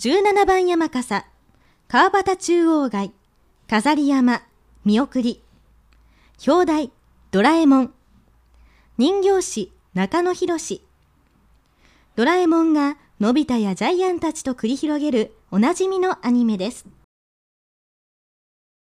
17番山笠、川端中央街、飾り山、見送り。表題、ドラえもん。人形師、中野博。ドラえもんがのび太やジャイアンたちと繰り広げるおなじみのアニメです。